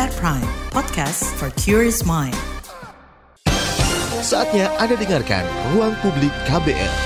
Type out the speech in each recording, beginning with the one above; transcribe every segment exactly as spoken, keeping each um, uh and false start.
K B R Prime, podcast for curious mind. Saatnya Anda dengarkan Ruang Publik K B R.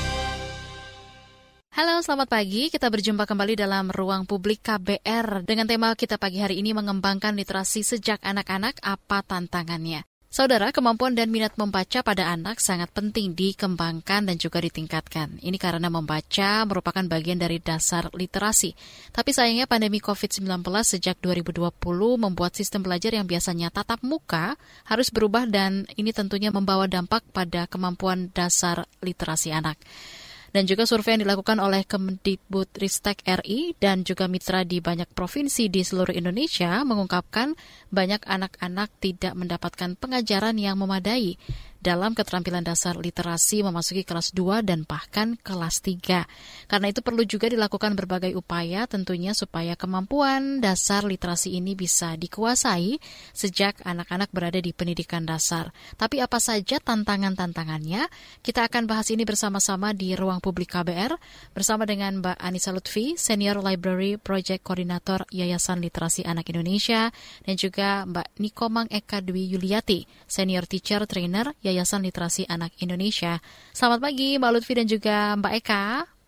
Halo, selamat pagi. Kita berjumpa kembali dalam Ruang Publik K B R dengan tema kita pagi hari ini, mengembangkan literasi sejak anak-anak, apa tantangannya? Saudara, kemampuan dan minat membaca pada anak sangat penting dikembangkan dan juga ditingkatkan. Ini karena membaca merupakan bagian dari dasar literasi. Tapi sayangnya pandemi covid sembilan belas sejak dua ribu dua puluh membuat sistem belajar yang biasanya tatap muka harus berubah, dan ini tentunya membawa dampak pada kemampuan dasar literasi anak. Dan juga survei yang dilakukan oleh Kemdikbudristek R I dan juga mitra di banyak provinsi di seluruh Indonesia mengungkapkan banyak anak-anak tidak mendapatkan pengajaran yang memadai dalam keterampilan dasar literasi memasuki kelas dua dan bahkan kelas tiga. Karena itu perlu juga dilakukan berbagai upaya tentunya supaya kemampuan dasar literasi ini bisa dikuasai sejak anak-anak berada di pendidikan dasar. Tapi apa saja tantangan-tantangannya? Kita akan bahas ini bersama-sama di Ruang Publik K B R bersama dengan Mbak Anissa Lutfi, Senior Library Project Coordinator Yayasan Literasi Anak Indonesia, dan juga Mbak Nikomang Eka Dwi Yuliati, Senior Teacher Trainer Yayasan Literasi Anak Indonesia. Selamat pagi Mbak Lutfi dan juga Mbak Eka.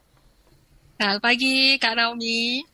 Selamat pagi Kak Naomi.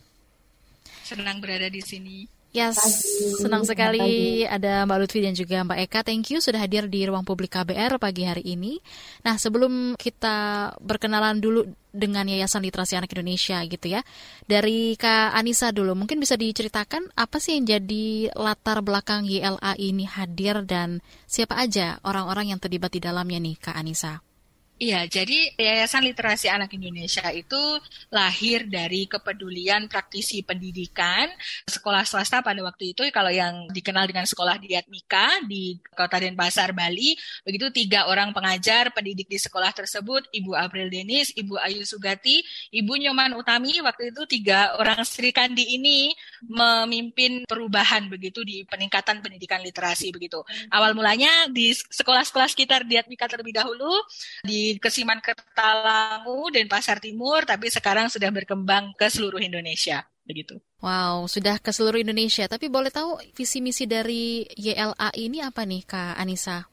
Senang berada di sini. Yes, pagi. Senang sekali ada Mbak Lutfi dan juga Mbak Eka. Thank you sudah hadir di Ruang Publik K B R pagi hari ini. Nah, sebelum kita berkenalan dulu dengan Yayasan Literasi Anak Indonesia gitu ya, dari Kak Anissa dulu, mungkin bisa diceritakan apa sih yang jadi latar belakang Y L A ini hadir dan siapa aja orang-orang yang terlibat di dalamnya nih Kak Anissa? Iya, jadi Yayasan Literasi Anak Indonesia itu lahir dari kepedulian praktisi pendidikan sekolah swasta pada waktu itu, kalau yang dikenal dengan Sekolah Diatmika di Kota Denpasar, Bali. Begitu tiga orang pengajar pendidik di sekolah tersebut, Ibu April Denis, Ibu Ayu Sugati, Ibu Nyoman Utami. Waktu itu tiga orang Sri Kandi ini memimpin perubahan begitu di peningkatan pendidikan literasi begitu. Awal mulanya di sekolah-sekolah sekitar Diatmika terlebih dahulu, di Kesiman Kertalangu dan Pasar Timur, tapi sekarang sudah berkembang ke seluruh Indonesia begitu. Wow, sudah ke seluruh Indonesia. Tapi boleh tahu visi misi dari Y L A ini apa nih Kak Anissa?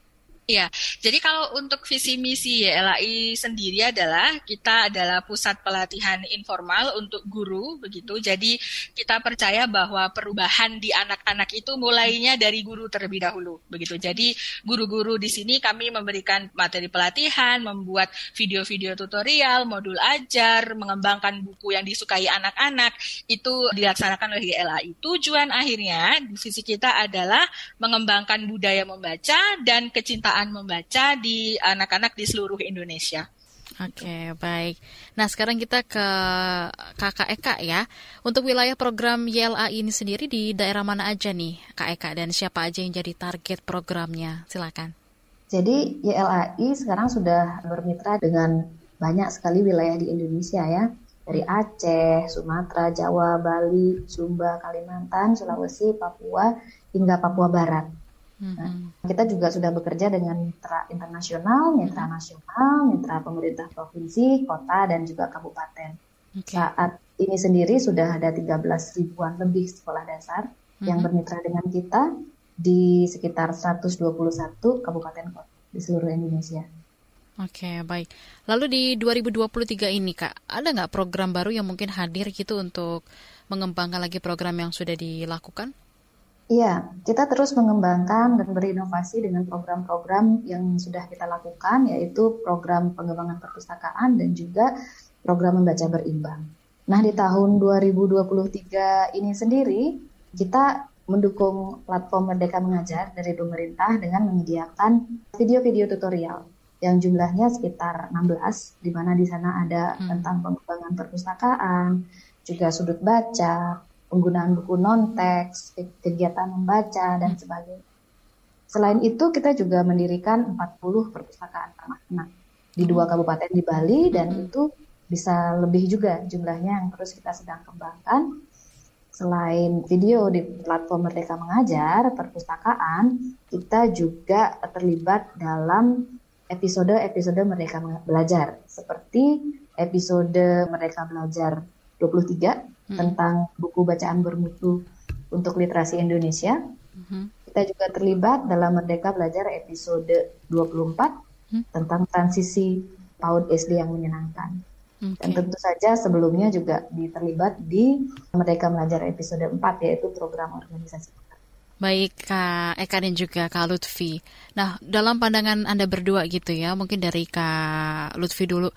Ya, jadi kalau untuk visi misi Y L A I sendiri adalah kita adalah pusat pelatihan informal untuk guru begitu. Jadi kita percaya bahwa perubahan di anak-anak itu mulainya dari guru terlebih dahulu begitu. Jadi guru-guru di sini kami memberikan materi pelatihan, membuat video-video tutorial, modul ajar, mengembangkan buku yang disukai anak-anak, itu dilaksanakan oleh Y L A I. Tujuan akhirnya visi kita adalah mengembangkan budaya membaca dan kecintaan membaca di anak-anak di seluruh Indonesia. Oke, baik. Nah, sekarang kita ke Kakak Eka ya. Untuk wilayah program Y L A I ini sendiri di daerah mana aja nih, Kak Eka, dan siapa aja yang jadi target programnya? Silakan. Jadi Y L A I sekarang sudah bermitra dengan banyak sekali wilayah di Indonesia ya. Dari Aceh, Sumatera, Jawa, Bali, Sumba, Kalimantan, Sulawesi, Papua, hingga Papua Barat. Nah, kita juga sudah bekerja dengan mitra internasional, mitra nasional, mitra pemerintah provinsi, kota, dan juga kabupaten. Okay. Saat ini sendiri sudah ada tiga belas ribuan lebih sekolah dasar mm-hmm. yang bermitra dengan kita di sekitar seratus dua puluh satu kabupaten kota di seluruh Indonesia. Oke, okay, baik. Lalu di dua ribu dua puluh tiga ini, Kak, ada nggak program baru yang mungkin hadir gitu untuk mengembangkan lagi program yang sudah dilakukan? Iya, kita terus mengembangkan dan berinovasi dengan program-program yang sudah kita lakukan, yaitu program pengembangan perpustakaan dan juga program membaca berimbang. Nah, di tahun dua ribu dua puluh tiga ini sendiri, kita mendukung platform Merdeka Mengajar dari pemerintah dengan menyediakan video-video tutorial yang jumlahnya sekitar enam belas, di mana di sana ada hmm. tentang pengembangan perpustakaan, juga sudut baca, penggunaan buku non-teks, kegiatan membaca, dan sebagainya. Selain itu, kita juga mendirikan empat puluh perpustakaan anak-anak di dua kabupaten di Bali, dan itu bisa lebih juga jumlahnya yang terus kita sedang kembangkan. Selain video di platform Merdeka Mengajar, perpustakaan, kita juga terlibat dalam episode-episode Merdeka Belajar, seperti episode Merdeka Belajar dua puluh tiga, Hmm. tentang buku bacaan bermutu untuk literasi Indonesia. Mm-hmm. Kita juga terlibat dalam Merdeka Belajar episode dua puluh empat mm-hmm. tentang transisi PAUD S D yang menyenangkan. Okay. Dan tentu saja sebelumnya juga terlibat di Merdeka Belajar episode empat, yaitu program organisasi. Baik Kak Eka dan juga Kak Lutfi. Nah, dalam pandangan Anda berdua gitu ya, mungkin dari Kak Lutfi dulu,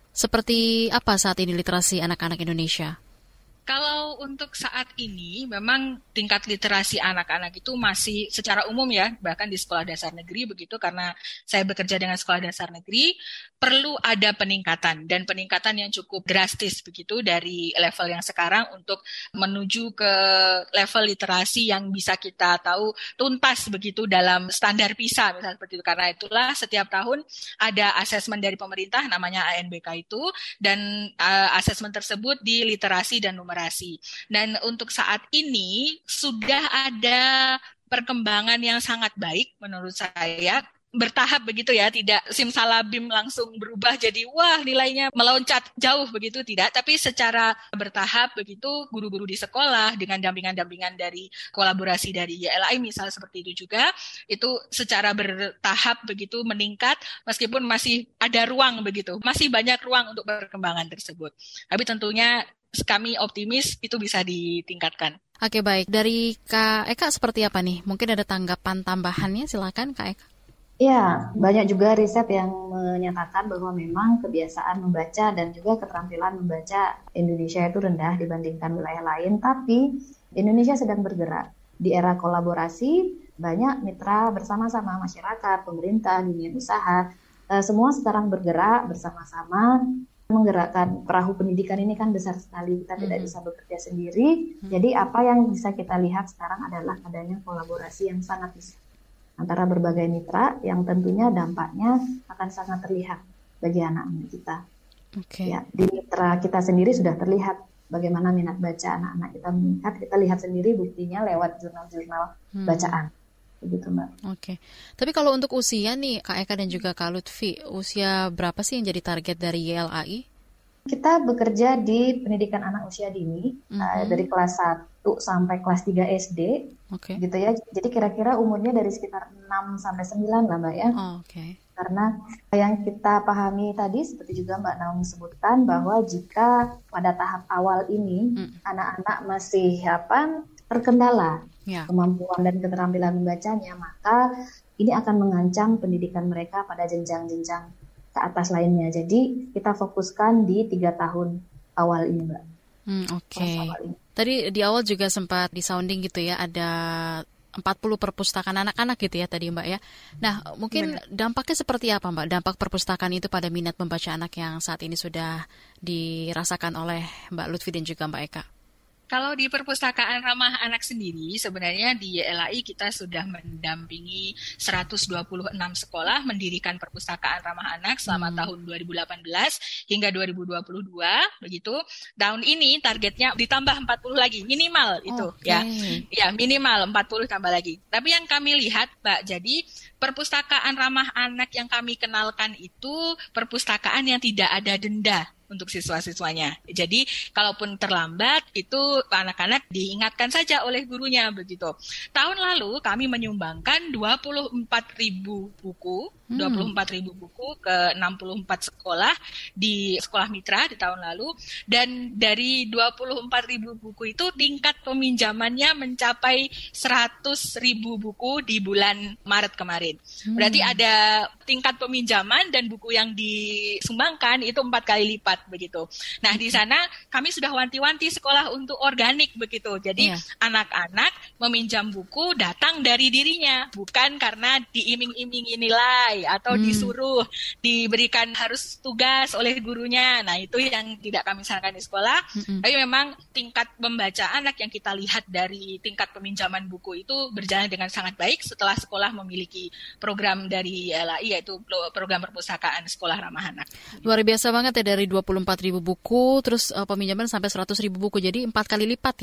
seperti apa saat ini literasi anak-anak Indonesia? Kalau untuk saat ini, memang tingkat literasi anak-anak itu masih secara umum ya, bahkan di sekolah dasar negeri begitu, karena saya bekerja dengan sekolah dasar negeri, perlu ada peningkatan, dan peningkatan yang cukup drastis begitu dari level yang sekarang untuk menuju ke level literasi yang bisa kita tahu tuntas begitu dalam standar PISA, misalnya seperti itu. Karena itulah setiap tahun ada asesmen dari pemerintah, namanya A N B K itu, dan uh, asesmen tersebut di literasi dan numerasi. Dan untuk saat ini sudah ada perkembangan yang sangat baik menurut saya, bertahap begitu ya, tidak simsalabim langsung berubah jadi wah nilainya meloncat jauh begitu, tidak, tapi secara bertahap begitu, guru-guru di sekolah dengan dampingan-dampingan dari kolaborasi dari Y L A I misalnya seperti itu juga, itu secara bertahap begitu meningkat, meskipun masih ada ruang begitu, masih banyak ruang untuk perkembangan tersebut. Tapi tentunya kami optimis itu bisa ditingkatkan. Oke, baik. Dari Kak Eka seperti apa nih? Mungkin ada tanggapan tambahannya, silakan Kak Eka. Ya, banyak juga riset yang menyatakan bahwa memang kebiasaan membaca dan juga keterampilan membaca Indonesia itu rendah dibandingkan wilayah lain, tapi Indonesia sedang bergerak. Di era kolaborasi, banyak mitra bersama-sama masyarakat, pemerintah, dunia usaha, semua sekarang bergerak bersama-sama. Menggerakkan perahu pendidikan ini kan besar sekali, kita mm-hmm. tidak bisa bekerja sendiri. Mm-hmm. Jadi apa yang bisa kita lihat sekarang adalah adanya kolaborasi yang sangat besar antara berbagai mitra yang tentunya dampaknya akan sangat terlihat bagi anak-anak kita. Okay. Ya, di mitra kita sendiri sudah terlihat bagaimana minat baca anak-anak kita meningkat. Kita lihat sendiri buktinya lewat jurnal-jurnal hmm. bacaan. Begitu Mbak. Oke. Okay. Tapi kalau untuk usia nih Kak Eka dan juga Kak Lutfi, usia berapa sih yang jadi target dari Y L A I? Kita bekerja di pendidikan anak usia dini, mm-hmm. uh, dari kelas satu sampai kelas tiga S D. Oke. Okay. Gitu ya. Jadi kira-kira umurnya dari sekitar enam sampai sembilan lah Mbak ya. Oh, oke. Okay. Karena yang kita pahami tadi seperti juga Mbak Naomi sebutkan bahwa jika pada tahap awal ini mm. anak-anak masih apa terkendala ya. Kemampuan dan keterampilan membacanya, maka ini akan mengancam pendidikan mereka pada jenjang-jenjang ke atas lainnya. Jadi kita fokuskan di tiga tahun awal ini, Mbak. Hmm, Oke. Okay. Tadi di awal juga sempat disounding gitu ya, ada empat puluh perpustakaan anak-anak gitu ya tadi Mbak ya. Nah mungkin Benar. dampaknya seperti apa Mbak? Dampak perpustakaan itu pada minat membaca anak yang saat ini sudah dirasakan oleh Mbak Lutfi dan juga Mbak Eka. Kalau di perpustakaan ramah anak sendiri, sebenarnya di Y L A I kita sudah mendampingi seratus dua puluh enam sekolah mendirikan perpustakaan ramah anak selama hmm. tahun dua ribu delapan belas hingga dua ribu dua puluh dua, begitu. Tahun ini targetnya ditambah empat puluh lagi, minimal itu okay. ya. Ya, minimal empat puluh tambah lagi. Tapi yang kami lihat, Mbak, jadi perpustakaan ramah anak yang kami kenalkan itu perpustakaan yang tidak ada denda untuk siswa-siswanya. Jadi, kalaupun terlambat, itu anak-anak diingatkan saja oleh gurunya, begitu. Tahun lalu, kami menyumbangkan dua puluh empat ribu buku, hmm. dua puluh empat ribu buku ke enam puluh empat sekolah di sekolah mitra di tahun lalu. Dan dari dua puluh empat ribu buku itu, tingkat peminjamannya mencapai seratus ribu buku di bulan Maret kemarin. Hmm. Berarti ada tingkat peminjaman dan buku yang disumbangkan itu empat kali lipat. Begitu. Nah di sana kami sudah wanti-wanti sekolah untuk organik begitu. Jadi yeah. anak-anak meminjam buku datang dari dirinya, bukan karena diiming-imingi nilai atau hmm. disuruh diberikan harus tugas oleh gurunya. Nah itu yang tidak kami sarankan di sekolah. Mm-hmm. Tapi memang tingkat membaca anak yang kita lihat dari tingkat peminjaman buku itu berjalan dengan sangat baik setelah sekolah memiliki program dari Y L A I, yaitu program perpustakaan sekolah ramah anak. Luar biasa banget ya, dari dua puluh empat ribu buku, terus uh, peminjaman sampai seratus ribu buku, jadi empat kali lipat ya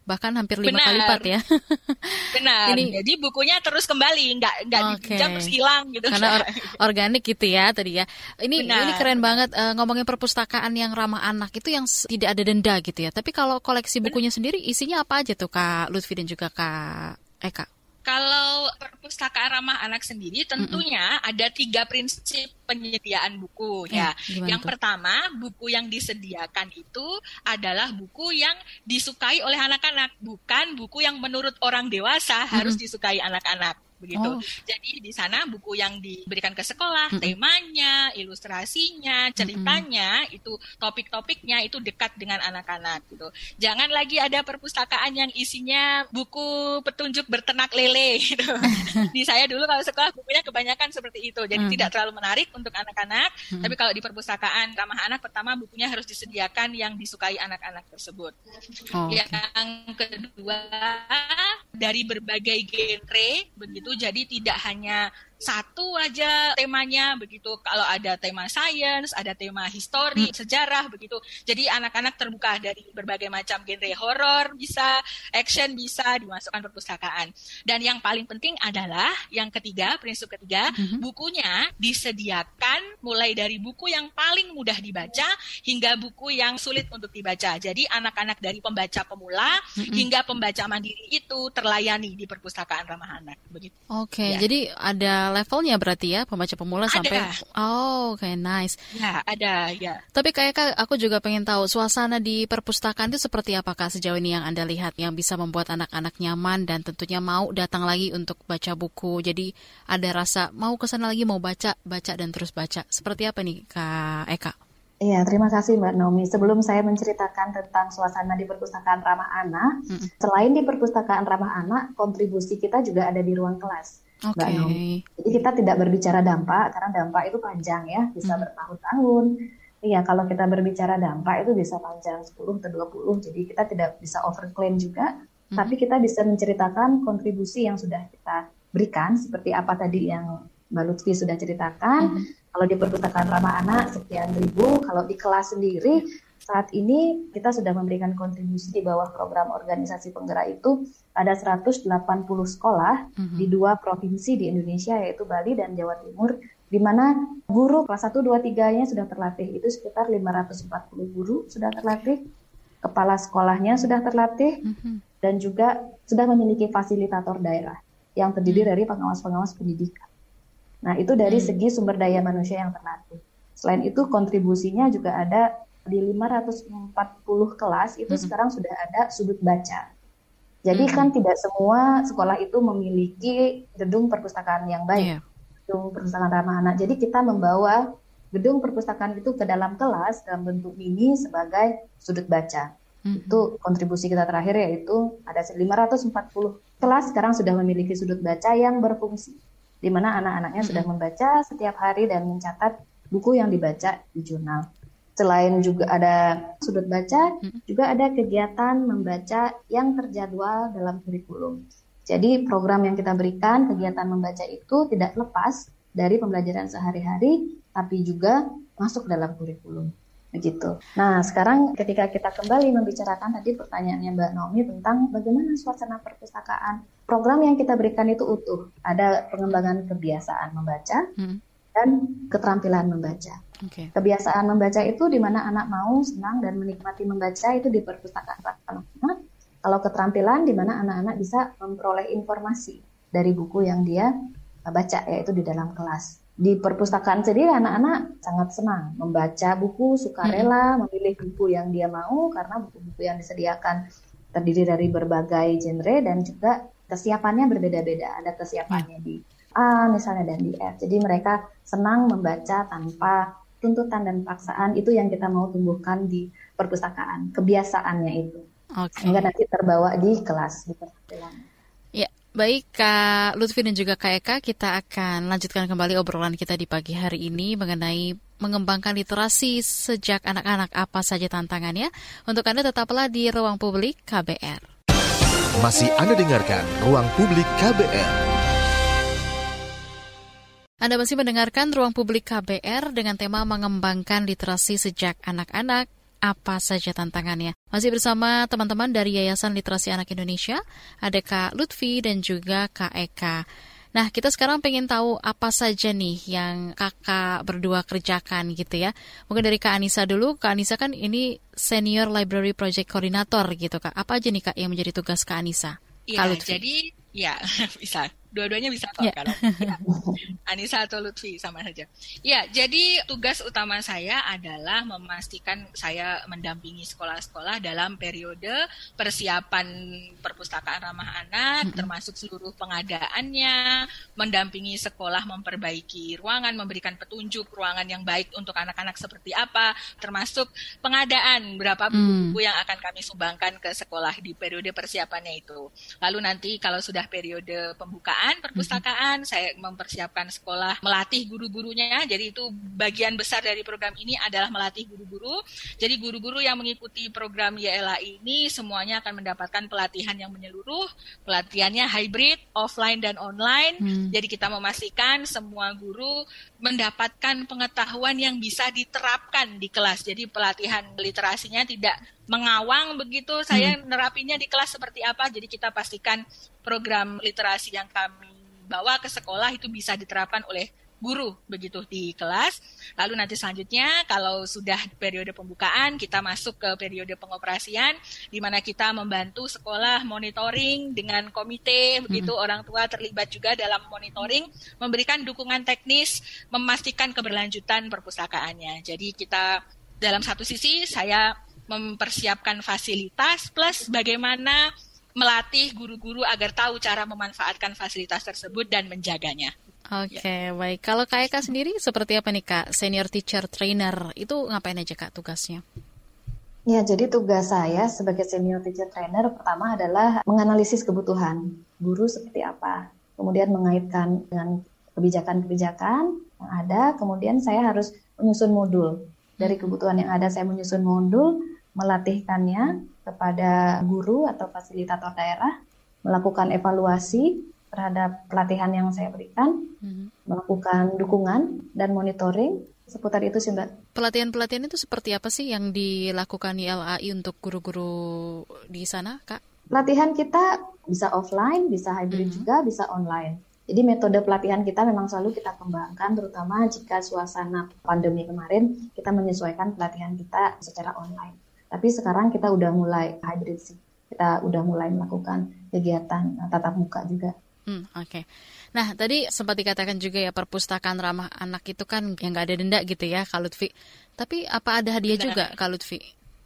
bahkan hampir lima Benar. kali lipat ya. Benar. Ini, jadi bukunya terus kembali, nggak nggak okay. dipinjam terus hilang gitu. Karena or, organik gitu ya tadi ya. Ini Benar. ini keren banget uh, ngomongin perpustakaan yang ramah anak itu yang tidak ada denda gitu ya. Tapi kalau koleksi bukunya sendiri isinya apa aja tuh Kak Lutfi dan juga Kak Eka? Kalau perpustakaan ramah anak sendiri tentunya mm-hmm. ada tiga prinsip penyediaan buku eh, ya. Yang tuh? Pertama, buku yang disediakan itu adalah buku yang disukai oleh anak-anak, bukan buku yang menurut orang dewasa mm-hmm. harus disukai anak-anak. Begitu. Oh. Jadi di sana buku yang diberikan ke sekolah, mm-hmm. temanya, ilustrasinya, ceritanya, mm-hmm. itu topik-topiknya itu dekat dengan anak-anak gitu. Jangan lagi ada perpustakaan yang isinya buku petunjuk berternak lele gitu. Di saya dulu kalau sekolah bukunya kebanyakan seperti itu. Jadi mm-hmm. tidak terlalu menarik untuk anak-anak, mm-hmm. tapi kalau di perpustakaan ramah anak pertama bukunya harus disediakan yang disukai anak-anak tersebut. Oh, yang okay. kedua, dari berbagai genre begitu. Jadi tidak hanya satu aja temanya begitu. Kalau ada tema sains, ada tema histori, hmm. sejarah begitu. Jadi anak-anak terbuka dari berbagai macam genre, horor bisa, action bisa dimasukkan perpustakaan. Dan yang paling penting adalah yang ketiga, prinsip ketiga, hmm. bukunya disediakan mulai dari buku yang paling mudah dibaca hingga buku yang sulit untuk dibaca. Jadi anak-anak dari pembaca pemula hmm. hingga pembaca mandiri itu terlayani di perpustakaan ramah anak begitu. Oke, okay, ya. Jadi ada levelnya berarti ya, pembaca pemula ada. Sampai oh kayak okay, nice. Ya, ada ya. Tapi kayak Kak, aku juga pengen tahu suasana di perpustakaan itu seperti apa Kak sejauh ini yang Anda lihat yang bisa membuat anak-anak nyaman dan tentunya mau datang lagi untuk baca buku. Jadi ada rasa mau kesana lagi, mau baca, baca dan terus baca. Seperti apa nih Kak Eka? Iya, terima kasih Mbak Naomi. Sebelum saya menceritakan tentang suasana di perpustakaan ramah anak, mm-hmm. selain di perpustakaan ramah anak, kontribusi kita juga ada di ruang kelas. Oke. Okay. Jadi kita tidak berbicara dampak karena dampak itu panjang ya, bisa hmm. bertahun-tahun. Iya, kalau kita berbicara dampak itu bisa panjang sepuluh atau dua puluh. Jadi kita tidak bisa overclaim juga, hmm. tapi kita bisa menceritakan kontribusi yang sudah kita berikan seperti apa tadi yang Mbak Lutfi sudah ceritakan. Hmm. Kalau di perpustakaan ramah anak sekian ribu, kalau di kelas sendiri saat ini kita sudah memberikan kontribusi di bawah program organisasi penggerak itu ada seratus delapan puluh sekolah mm-hmm. di dua provinsi di Indonesia yaitu Bali dan Jawa Timur, di mana guru kelas satu, dua, tiga-nya sudah terlatih. Itu sekitar lima ratus empat puluh guru sudah terlatih, kepala sekolahnya sudah terlatih, mm-hmm. dan juga sudah memiliki fasilitator daerah yang terdiri mm-hmm. dari pengawas-pengawas pendidikan. Nah, itu dari mm-hmm. segi sumber daya manusia yang terlatih. Selain itu kontribusinya juga ada di lima ratus empat puluh kelas itu mm-hmm. sekarang sudah ada sudut baca. Jadi mm-hmm. kan tidak semua sekolah itu memiliki gedung perpustakaan yang baik, yeah. gedung perpustakaan ramah anak. Jadi kita membawa gedung perpustakaan itu ke dalam kelas dalam bentuk mini sebagai sudut baca. Mm-hmm. Itu kontribusi kita terakhir, yaitu ada lima ratus empat puluh kelas sekarang sudah memiliki sudut baca yang berfungsi, di mana anak-anaknya mm-hmm. sudah membaca setiap hari dan mencatat buku yang dibaca di jurnal. Selain juga ada sudut baca, hmm. juga ada kegiatan membaca yang terjadwal dalam kurikulum. Jadi program yang kita berikan, kegiatan membaca itu tidak lepas dari pembelajaran sehari-hari, tapi juga masuk dalam kurikulum. Begitu. Nah, sekarang ketika kita kembali membicarakan tadi pertanyaannya Mbak Naomi tentang bagaimana suasana perpustakaan. Program yang kita berikan itu utuh. Ada pengembangan kebiasaan membaca, hmm. dan keterampilan membaca. Okay. Kebiasaan membaca itu di mana anak mau, senang, dan menikmati membaca itu di perpustakaan ramah anak. Kalau keterampilan di mana anak-anak bisa memperoleh informasi dari buku yang dia baca, yaitu di dalam kelas. Di perpustakaan sendiri anak-anak sangat senang membaca buku, sukarela, hmm. memilih buku yang dia mau karena buku-buku yang disediakan terdiri dari berbagai genre dan juga kesiapannya berbeda-beda. Ada kesiapannya hmm. di A misalnya dan di F. Jadi mereka senang membaca tanpa tuntutan dan paksaan. Itu yang kita mau tumbuhkan di perpustakaan, kebiasaannya itu. Okay. Sehingga nanti terbawa di kelas, di perpustakaan. Ya, baik Kak Lutfi dan juga Kak Eka, kita akan lanjutkan kembali obrolan kita di pagi hari ini mengenai mengembangkan literasi sejak anak-anak, apa saja tantangannya. Untuk Anda tetaplah di Ruang Publik K B R. Masih Anda dengarkan Ruang Publik K B R. Anda masih mendengarkan Ruang Publik K B R dengan tema mengembangkan literasi sejak anak-anak. apa saja tantangannya. Masih bersama teman-teman dari Yayasan Literasi Anak Indonesia, ada Kak Lutfi dan juga Kak Eka. Nah, kita sekarang pengen tahu apa saja nih yang kakak berdua kerjakan gitu ya. Mungkin dari Kak Anissa dulu. Kak Anissa kan ini Senior Library Project Coordinator gitu Kak. Apa aja nih Kak yang menjadi tugas Kak Anissa? Iya, jadi ya bisa. Dua-duanya bisa kok, yeah. Kalau ya. Anissa atau Lutfi sama saja. Ya, jadi tugas utama saya adalah memastikan saya mendampingi sekolah-sekolah dalam periode persiapan perpustakaan ramah anak, mm-hmm. termasuk seluruh pengadaannya, mendampingi sekolah memperbaiki ruangan, memberikan petunjuk ruangan yang baik untuk anak-anak seperti apa, termasuk pengadaan berapa buku mm. yang akan kami sumbangkan ke sekolah di periode persiapannya itu. Lalu nanti kalau sudah periode pembukaan perpustakaan, mm-hmm. saya mempersiapkan sekolah melatih guru-gurunya. Jadi itu bagian besar dari program ini adalah melatih guru-guru. Jadi guru-guru yang mengikuti program Y L A ini semuanya akan mendapatkan pelatihan yang menyeluruh. Pelatihannya hybrid, offline dan online. Mm. Jadi kita memastikan semua guru mendapatkan pengetahuan yang bisa diterapkan di kelas. Jadi pelatihan literasinya tidak mengawang begitu, saya hmm. nerapinya di kelas seperti apa. Jadi kita pastikan program literasi yang kami bawa ke sekolah itu bisa diterapkan oleh guru begitu di kelas. Lalu nanti selanjutnya kalau sudah periode pembukaan, kita masuk ke periode pengoperasian di mana kita membantu sekolah monitoring dengan komite begitu, hmm. orang tua terlibat juga dalam monitoring, memberikan dukungan teknis, memastikan keberlanjutan perpustakaannya. Jadi kita dalam satu sisi saya mempersiapkan fasilitas plus bagaimana melatih guru-guru agar tahu cara memanfaatkan fasilitas tersebut dan menjaganya. Oke, okay, ya. Baik. Kalau Kak Eka sendiri seperti apa nih Kak? Senior Teacher Trainer, itu ngapain aja Kak tugasnya? Ya, jadi tugas saya sebagai Senior Teacher Trainer pertama adalah menganalisis kebutuhan guru seperti apa. Kemudian mengaitkan dengan kebijakan-kebijakan yang ada, kemudian saya harus menyusun modul. Dari kebutuhan yang ada saya menyusun modul, melatihkannya kepada guru atau fasilitator daerah, melakukan evaluasi terhadap pelatihan yang saya berikan, mm-hmm. melakukan dukungan dan monitoring, seputar itu sih Mbak. Pelatihan-pelatihan itu seperti apa sih yang dilakukan Y L A I untuk guru-guru di sana, Kak? Pelatihan kita bisa offline, bisa hybrid mm-hmm. juga, bisa online. Jadi metode pelatihan kita memang selalu kita kembangkan, terutama jika suasana pandemi kemarin, kita menyesuaikan pelatihan kita secara online. Tapi sekarang kita udah mulai hybrid sih. Kita udah mulai melakukan kegiatan tatap muka juga. Hmm, Oke. Okay. Nah, tadi sempat dikatakan juga ya perpustakaan ramah anak itu kan yang nggak ada denda gitu ya, Kak Lutfi. Tapi apa ada hadiah Benar. juga, Kak Lutfi?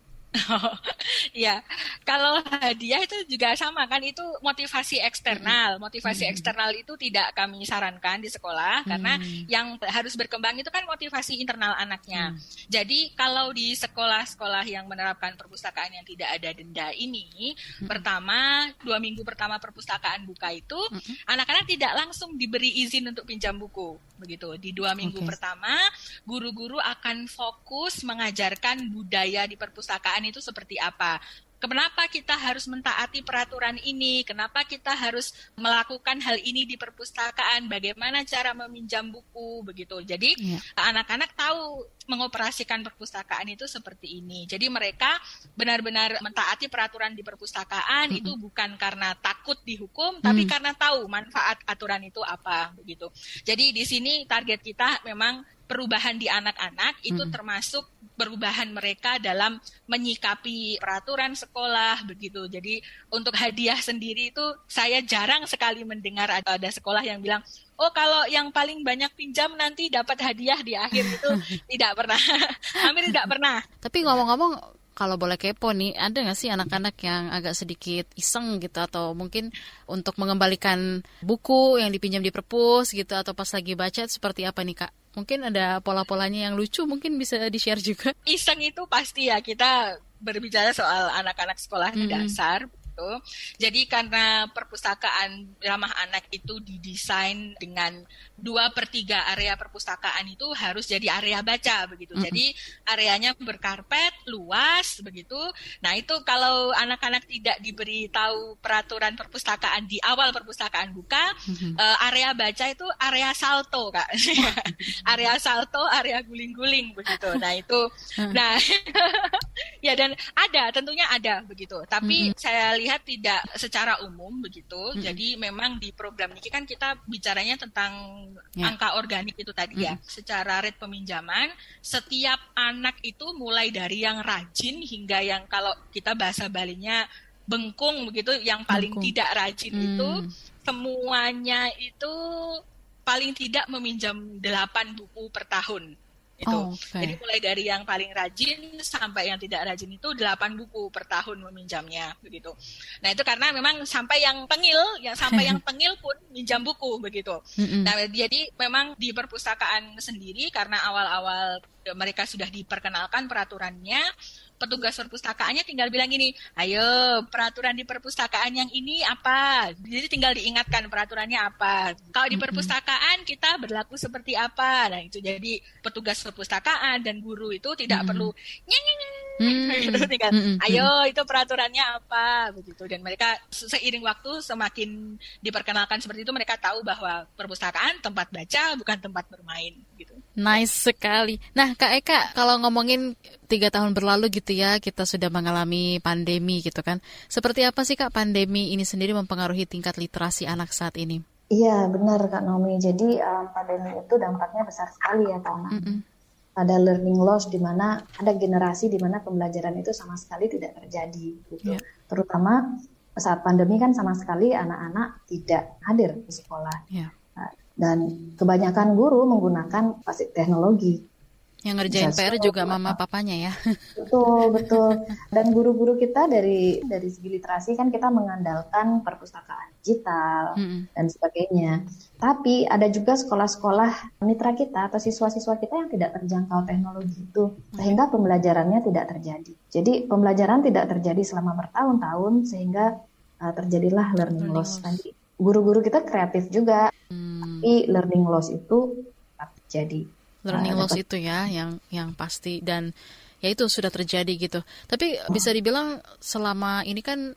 Oh, ya, kalau hadiah itu juga sama kan, itu motivasi eksternal. Motivasi hmm. eksternal itu tidak kami sarankan di sekolah hmm. karena yang harus berkembang itu kan motivasi internal anaknya. Hmm. Jadi kalau di sekolah-sekolah yang menerapkan perpustakaan yang tidak ada denda ini, hmm. pertama dua minggu pertama perpustakaan buka itu hmm. anak-anak tidak langsung diberi izin untuk pinjam buku, begitu. Di dua minggu okay. pertama guru-guru akan fokus mengajarkan budaya di perpustakaan itu seperti apa. Kenapa kita harus mentaati peraturan ini? Kenapa kita harus melakukan hal ini di perpustakaan? Bagaimana cara meminjam buku? Begitu. Jadi yeah. anak-anak tahu mengoperasikan perpustakaan itu seperti ini. Jadi mereka benar-benar mentaati peraturan di perpustakaan mm-hmm. itu bukan karena takut dihukum, mm. tapi karena tahu manfaat aturan itu apa. Begitu. Jadi di sini target kita memang perubahan di anak-anak itu hmm. termasuk perubahan mereka dalam menyikapi peraturan sekolah begitu. Jadi untuk hadiah sendiri itu saya jarang sekali mendengar ada, ada sekolah yang bilang, oh kalau yang paling banyak pinjam nanti dapat hadiah di akhir itu. Tidak pernah, hampir tidak pernah. Tapi ngomong-ngomong, kalau boleh kepo nih, ada nggak sih anak-anak yang agak sedikit iseng gitu, atau mungkin untuk mengembalikan buku yang dipinjam di perpus gitu, atau pas lagi baca seperti apa nih Kak? Mungkin ada pola-polanya yang lucu, mungkin bisa di-share juga. Iseng itu pasti ya, kita berbicara soal anak-anak sekolah hmm. dasar. Jadi karena perpustakaan ramah anak itu didesain dengan dua per tiga area perpustakaan itu harus jadi area baca begitu. Mm-hmm. Jadi areanya berkarpet, luas begitu. Nah itu kalau anak-anak tidak diberi tahu peraturan perpustakaan di awal perpustakaan buka, mm-hmm. uh, area baca itu area salto Kak. Area salto, area guling-guling begitu. Nah itu, nah Ya, dan ada, tentunya ada begitu. Tapi mm-hmm. saya lihat tidak secara umum begitu. Mm-hmm. Jadi memang di program ini kan kita bicaranya tentang yeah. angka organik itu tadi mm-hmm. ya. Secara rate peminjaman, setiap anak itu mulai dari yang rajin hingga yang kalau kita bahasa Balinya bengkung begitu, yang paling bengkung. Tidak rajin mm. itu semuanya itu paling tidak meminjam delapan buku per tahun. Itu. Oh, okay. Jadi mulai dari yang paling rajin sampai yang tidak rajin itu delapan buku per tahun meminjamnya begitu. Nah, itu karena memang sampai yang tengil, yang sampai yang tengil pun minjam buku begitu. Mm-hmm. Nah, jadi memang di perpustakaan sendiri karena awal-awal mereka sudah diperkenalkan peraturannya, petugas perpustakaannya tinggal bilang gini, ayo peraturan di perpustakaan yang ini apa? Jadi tinggal diingatkan peraturannya apa. Kalau di perpustakaan kita berlaku seperti apa? Nah, itu jadi petugas perpustakaan dan guru itu tidak mm-hmm. perlu nyeng-nyeng mm-hmm. tinggal, ayo itu peraturannya apa begitu. Dan mereka seiring waktu semakin diperkenalkan seperti itu, mereka tahu bahwa perpustakaan tempat baca bukan tempat bermain gitu. Nice sekali. Nah, Kak Eka, kalau ngomongin tiga tahun berlalu gitu ya, kita sudah mengalami pandemi gitu kan. Seperti apa sih Kak pandemi ini sendiri mempengaruhi tingkat literasi anak saat ini? Iya, benar Kak Naomi. Jadi um, pandemi itu dampaknya besar sekali ya Kak Naomi. Mm-mm. Ada learning loss di mana ada generasi di mana pembelajaran itu sama sekali tidak terjadi gitu. Yeah. Terutama saat pandemi kan sama sekali anak-anak tidak hadir di sekolah. Yeah. Dan kebanyakan guru menggunakan fasilitas teknologi. Yang ngerjain P R juga mama papanya ya. Betul, betul. Dan guru-guru kita dari dari segi literasi kan kita mengandalkan perpustakaan digital mm-hmm. dan sebagainya. Tapi ada juga sekolah-sekolah mitra kita atau siswa-siswa kita yang tidak terjangkau teknologi itu. Sehingga pembelajarannya tidak terjadi. Jadi pembelajaran tidak terjadi selama bertahun-tahun sehingga uh, terjadilah learning, learning loss tadi. Guru-guru kita kreatif juga, hmm. tapi learning loss itu tetap terjadi. Learning nah, loss dapat... itu ya, yang yang pasti dan ya itu sudah terjadi gitu. Tapi oh. bisa dibilang selama ini kan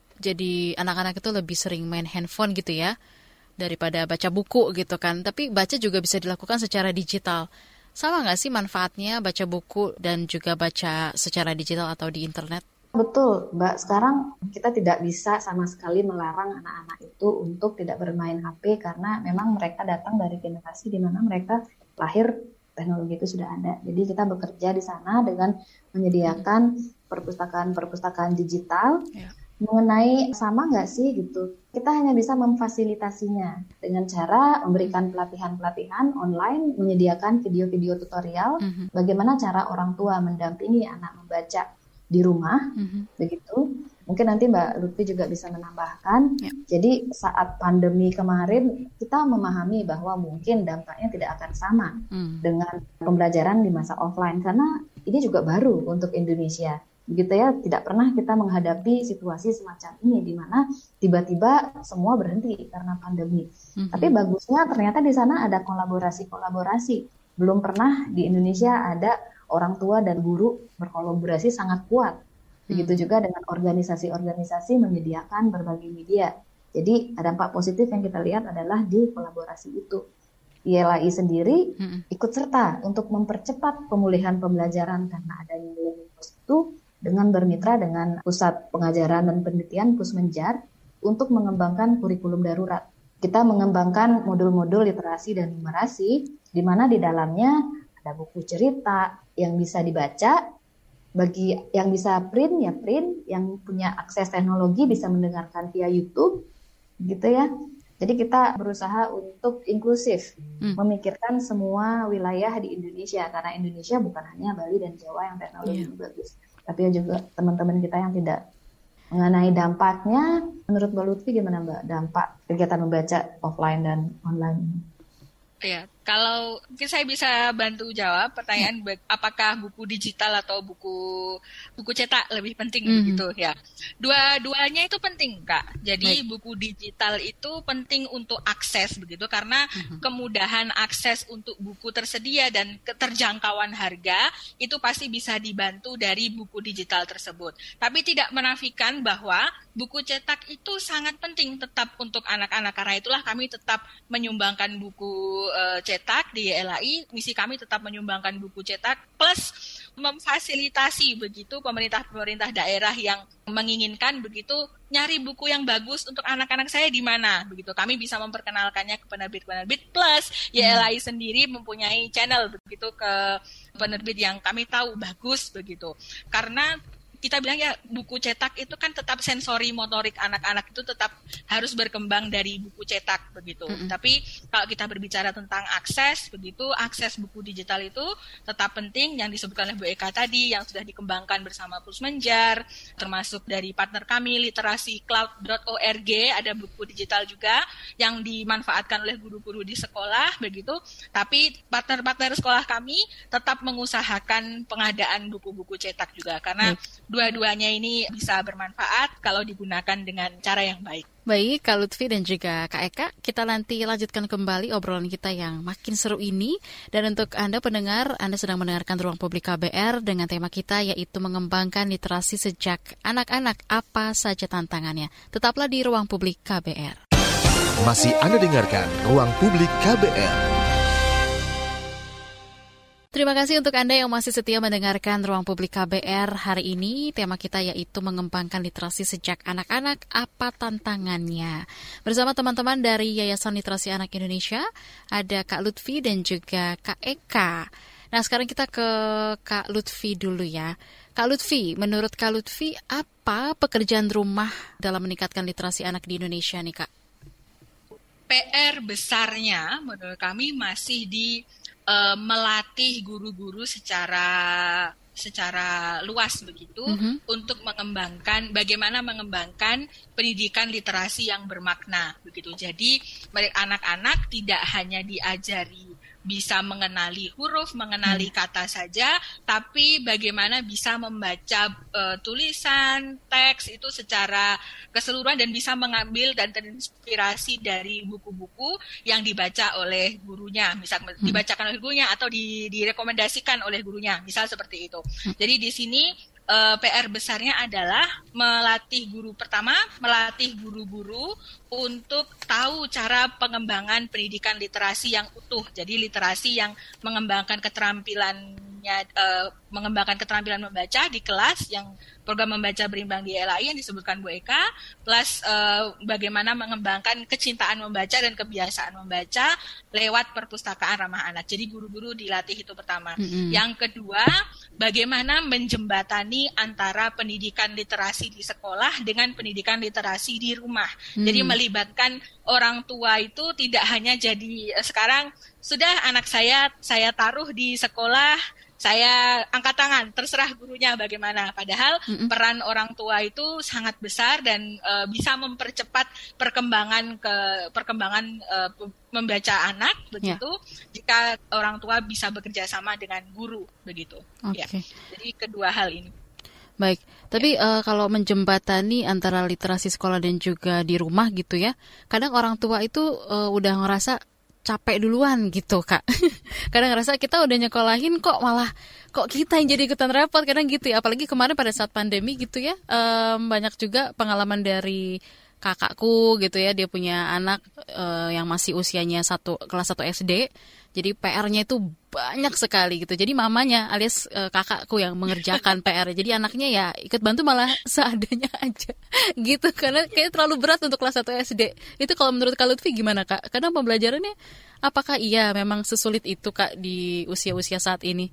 jadi anak-anak itu lebih sering main handphone gitu ya, daripada baca buku gitu kan. Tapi baca juga bisa dilakukan secara digital. Sama nggak sih manfaatnya baca buku dan juga baca secara digital atau di internet? Betul, Mbak. Sekarang kita tidak bisa sama sekali melarang anak-anak itu untuk tidak bermain H P karena memang mereka datang dari generasi di mana mereka lahir teknologi itu sudah ada. Jadi kita bekerja di sana dengan menyediakan perpustakaan-perpustakaan digital ya. Mengenai sama nggak sih gitu. Kita hanya bisa memfasilitasinya dengan cara memberikan pelatihan-pelatihan online, menyediakan video-video tutorial mm-hmm. bagaimana cara orang tua mendampingi anak membaca di rumah, mm-hmm. begitu. Mungkin nanti Mbak Lutfi juga bisa menambahkan. Yeah. Jadi saat pandemi kemarin kita memahami bahwa mungkin dampaknya tidak akan sama mm. dengan pembelajaran di masa offline karena ini juga baru untuk Indonesia. Begitu ya, tidak pernah kita menghadapi situasi semacam ini di mana tiba-tiba semua berhenti karena pandemi. Mm-hmm. Tapi bagusnya ternyata di sana ada kolaborasi-kolaborasi. Belum pernah di Indonesia ada orang tua dan guru berkolaborasi sangat kuat. Begitu hmm. juga dengan organisasi-organisasi menyediakan berbagai media. Jadi dampak positif yang kita lihat adalah di kolaborasi itu. Y L A I sendiri hmm. ikut serta untuk mempercepat pemulihan pembelajaran karena adanya learning loss itu dengan bermitra dengan Pusat Pengajaran dan Penelitian Pusmenjar untuk mengembangkan kurikulum darurat. Kita mengembangkan modul-modul literasi dan numerasi di mana di dalamnya ada buku cerita yang bisa dibaca, bagi yang bisa print ya print, yang punya akses teknologi bisa mendengarkan via YouTube, gitu ya. Jadi kita berusaha untuk inklusif, hmm. memikirkan semua wilayah di Indonesia karena Indonesia bukan hanya Bali dan Jawa yang teknologi yeah. bagus, tapi juga teman-teman kita yang tidak. Mengenai dampaknya, menurut Mbak Lutfi gimana Mbak dampak kegiatan membaca offline dan online? Ya, kalau mungkin saya bisa bantu jawab pertanyaan ya. Apakah buku digital atau buku buku cetak lebih penting mm-hmm. gitu ya. Dua-duanya itu penting Kak. Jadi Baik. buku digital itu penting untuk akses begitu karena mm-hmm. kemudahan akses untuk buku tersedia dan keterjangkauan harga itu pasti bisa dibantu dari buku digital tersebut. Tapi tidak menafikan bahwa buku cetak itu sangat penting tetap untuk anak-anak karena itulah kami tetap menyumbangkan buku cetak di Y L A I, misi kami tetap menyumbangkan buku cetak plus memfasilitasi begitu pemerintah-pemerintah daerah yang menginginkan begitu nyari buku yang bagus untuk anak-anak saya di mana begitu. Kami bisa memperkenalkannya ke penerbit-penerbit, plus Y L I sendiri mempunyai channel begitu ke penerbit yang kami tahu bagus begitu. Karena kita bilang ya buku cetak itu kan tetap sensori motorik anak-anak itu tetap harus berkembang dari buku cetak begitu. Mm-hmm. Tapi kalau kita berbicara tentang akses begitu, akses buku digital itu tetap penting yang disebutkan oleh Bu Eka tadi yang sudah dikembangkan bersama Pusmenjar, termasuk dari partner kami literasi cloud dot org, ada buku digital juga yang dimanfaatkan oleh guru-guru di sekolah begitu. Tapi partner-partner sekolah kami tetap mengusahakan pengadaan buku-buku cetak juga karena mm. dua-duanya ini bisa bermanfaat kalau digunakan dengan cara yang baik. Baik, Kak Lutfi dan juga Kak Eka, kita nanti lanjutkan kembali obrolan kita yang makin seru ini. Dan untuk Anda pendengar, Anda sedang mendengarkan Ruang Publik K B R dengan tema kita yaitu mengembangkan literasi sejak anak-anak, apa saja tantangannya. Tetaplah di Ruang Publik K B R. Masih Anda dengarkan Ruang Publik K B R. Terima kasih untuk Anda yang masih setia mendengarkan Ruang Publik K B R hari ini. Tema kita yaitu mengembangkan literasi sejak anak-anak, apa tantangannya. Bersama teman-teman dari Yayasan Literasi Anak Indonesia, ada Kak Lutfi dan juga Kak Eka. Nah, sekarang kita ke Kak Lutfi dulu ya. Kak Lutfi, menurut Kak Lutfi, apa pekerjaan rumah dalam meningkatkan literasi anak di Indonesia nih, Kak? P R besarnya menurut kami masih di Uh, melatih guru-guru secara secara luas begitu mm-hmm. untuk mengembangkan bagaimana mengembangkan pendidikan literasi yang bermakna begitu. Jadi anak-anak tidak hanya diajari bisa mengenali huruf, mengenali kata saja, tapi bagaimana bisa membaca uh, tulisan, teks itu secara keseluruhan dan bisa mengambil dan terinspirasi dari buku-buku yang dibaca oleh gurunya, misal hmm. dibacakan oleh gurunya atau di, direkomendasikan oleh gurunya, misal seperti itu. Hmm. Jadi di sini Uh, P R besarnya adalah melatih guru pertama, melatih guru-guru untuk tahu cara pengembangan pendidikan literasi yang utuh. Jadi literasi yang mengembangkan keterampilannya, uh, mengembangkan keterampilan membaca di kelas yang program membaca berimbang di L A I yang disebutkan Bu Eka, plus uh, bagaimana mengembangkan kecintaan membaca dan kebiasaan membaca lewat perpustakaan ramah anak. Jadi guru-guru dilatih itu pertama. Mm-hmm. Yang kedua, bagaimana menjembatani antara pendidikan literasi di sekolah dengan pendidikan literasi di rumah. Hmm. Jadi melibatkan orang tua itu tidak hanya jadi sekarang sudah anak saya saya taruh di sekolah, saya angkat tangan, terserah gurunya bagaimana. Padahal mm-mm. peran orang tua itu sangat besar dan e, bisa mempercepat perkembangan ke perkembangan e, membaca anak begitu. Yeah. Jika orang tua bisa bekerja sama dengan guru begitu. Okay. Ya. Jadi kedua hal ini. Baik, tapi ya. uh, kalau menjembatani antara literasi sekolah dan juga di rumah gitu ya, kadang orang tua itu uh, udah ngerasa capek duluan gitu, Kak. Kadang ngerasa kita udah nyekolahin kok malah kok kita yang jadi ikutan repot, kadang gitu ya. Apalagi kemarin pada saat pandemi gitu ya, um, banyak juga pengalaman dari kakakku gitu ya, dia punya anak uh, yang masih usianya satu kelas satu S D. Jadi P R-nya itu banyak sekali gitu. Jadi mamanya alias uh, kakakku yang mengerjakan P R. Jadi anaknya ya ikut bantu malah seadanya aja gitu. Karena kayak terlalu berat untuk kelas satu S D. Itu kalau menurut Kak Lutfi gimana, Kak? Kadang pembelajarannya apakah iya memang sesulit itu, Kak, di usia-usia saat ini?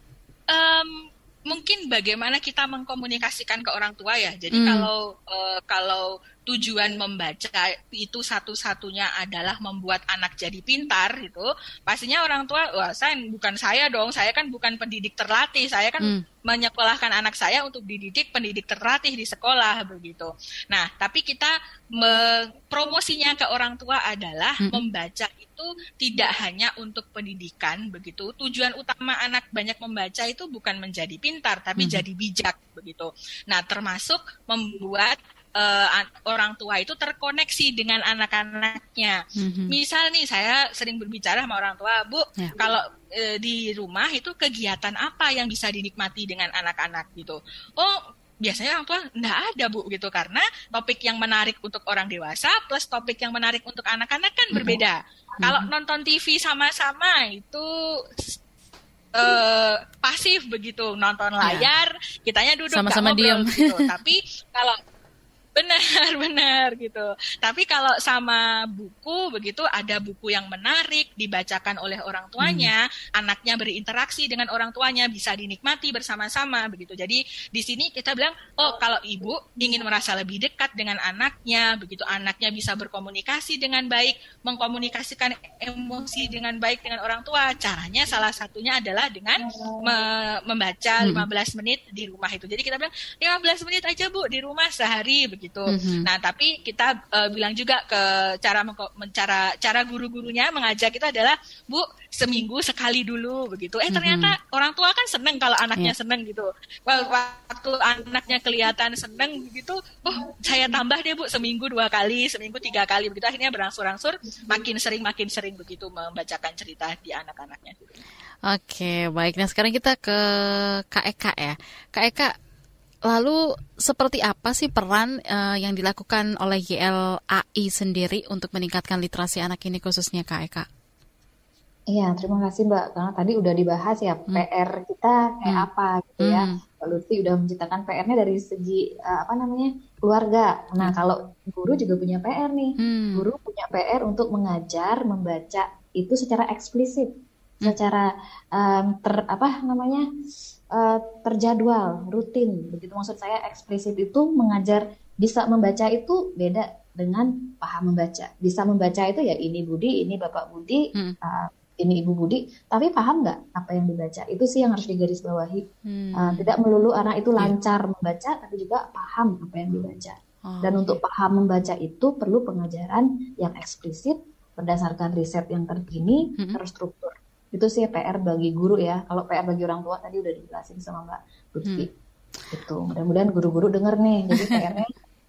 Um, mungkin bagaimana kita mengkomunikasikan ke orang tua ya. Jadi hmm. kalau uh, kalau tujuan membaca itu satu-satunya adalah membuat anak jadi pintar gitu, pastinya orang tua, wah saya bukan saya dong, saya kan bukan pendidik terlatih, saya kan hmm. menyekolahkan anak saya untuk dididik pendidik terlatih di sekolah begitu. Nah, tapi kita me- promosinya ke orang tua adalah hmm. membaca itu tidak hanya untuk pendidikan begitu. Tujuan utama anak banyak membaca itu bukan menjadi pintar, tapi hmm. jadi bijak begitu. Nah, termasuk membuat Uh, orang tua itu terkoneksi dengan anak-anaknya. Mm-hmm. Misal nih, saya sering berbicara sama orang tua, Bu, yeah. kalau uh, di rumah itu kegiatan apa yang bisa dinikmati dengan anak-anak gitu. Oh, biasanya orang tua enggak ada, Bu, gitu, karena topik yang menarik untuk orang dewasa plus topik yang menarik untuk anak-anak kan mm-hmm. berbeda. Mm-hmm. Kalau nonton T V sama-sama itu uh, pasif begitu, nonton layar, ya. Kitanya duduk sama-sama diam gitu. Tapi kalau benar-benar gitu. Tapi kalau sama buku begitu, ada buku yang menarik dibacakan oleh orang tuanya, hmm. anaknya berinteraksi dengan orang tuanya, bisa dinikmati bersama-sama begitu. Jadi di sini kita bilang, oh kalau ibu ingin merasa lebih dekat dengan anaknya, begitu anaknya bisa berkomunikasi dengan baik, mengkomunikasikan emosi dengan baik dengan orang tua, caranya salah satunya adalah dengan me- membaca lima belas menit di rumah itu. Jadi kita bilang lima belas menit aja Bu di rumah sehari begitu. Gitu. Mm-hmm. Nah, tapi kita uh, bilang juga ke cara mencara cara guru-gurunya mengajak kita adalah Bu seminggu sekali dulu begitu. Eh ternyata mm-hmm. orang tua kan seneng kalau anaknya yeah. seneng gitu. Waktu anaknya kelihatan seneng begitu, oh saya tambah deh Bu seminggu dua kali, seminggu tiga kali begitu. Akhirnya berangsur-angsur makin sering makin sering begitu membacakan cerita di anak-anaknya. Oke, baik. Nah sekarang kita ke Kak Eka ya. Kak Eka, lalu seperti apa sih peran uh, yang dilakukan oleh Y L A I sendiri untuk meningkatkan literasi anak ini khususnya Kak Eka? Iya, terima kasih Mbak. Karena tadi udah dibahas ya hmm. P R kita kayak hmm. apa gitu ya. Hmm. Mbak Lutfi udah menciptakan P R-nya dari segi uh, apa namanya keluarga. Nah hmm. kalau guru juga punya P R nih. Hmm. Guru punya P R untuk mengajar membaca itu secara eksplisit, hmm. secara um, ter apa namanya Uh, terjadwal, rutin, begitu maksud saya. Eksplisit itu mengajar bisa membaca itu beda dengan paham membaca. Bisa membaca itu ya ini Budi, ini Bapak Budi, hmm. uh, ini Ibu Budi, tapi paham nggak apa yang dibaca? Itu sih yang harus digarisbawahi. Hmm. Uh, tidak melulu anak itu lancar yeah. membaca, tapi juga paham apa yang dibaca. Oh, Dan okay. untuk paham membaca itu perlu pengajaran yang eksplisit berdasarkan riset yang terkini, hmm. terstruktur. Itu sih P R bagi guru ya. Kalau P R bagi orang tua tadi udah dijelasin sama Mbak Lutfi. Hmm. Itu mudah-mudahan guru-guru denger nih. Jadi P R-nya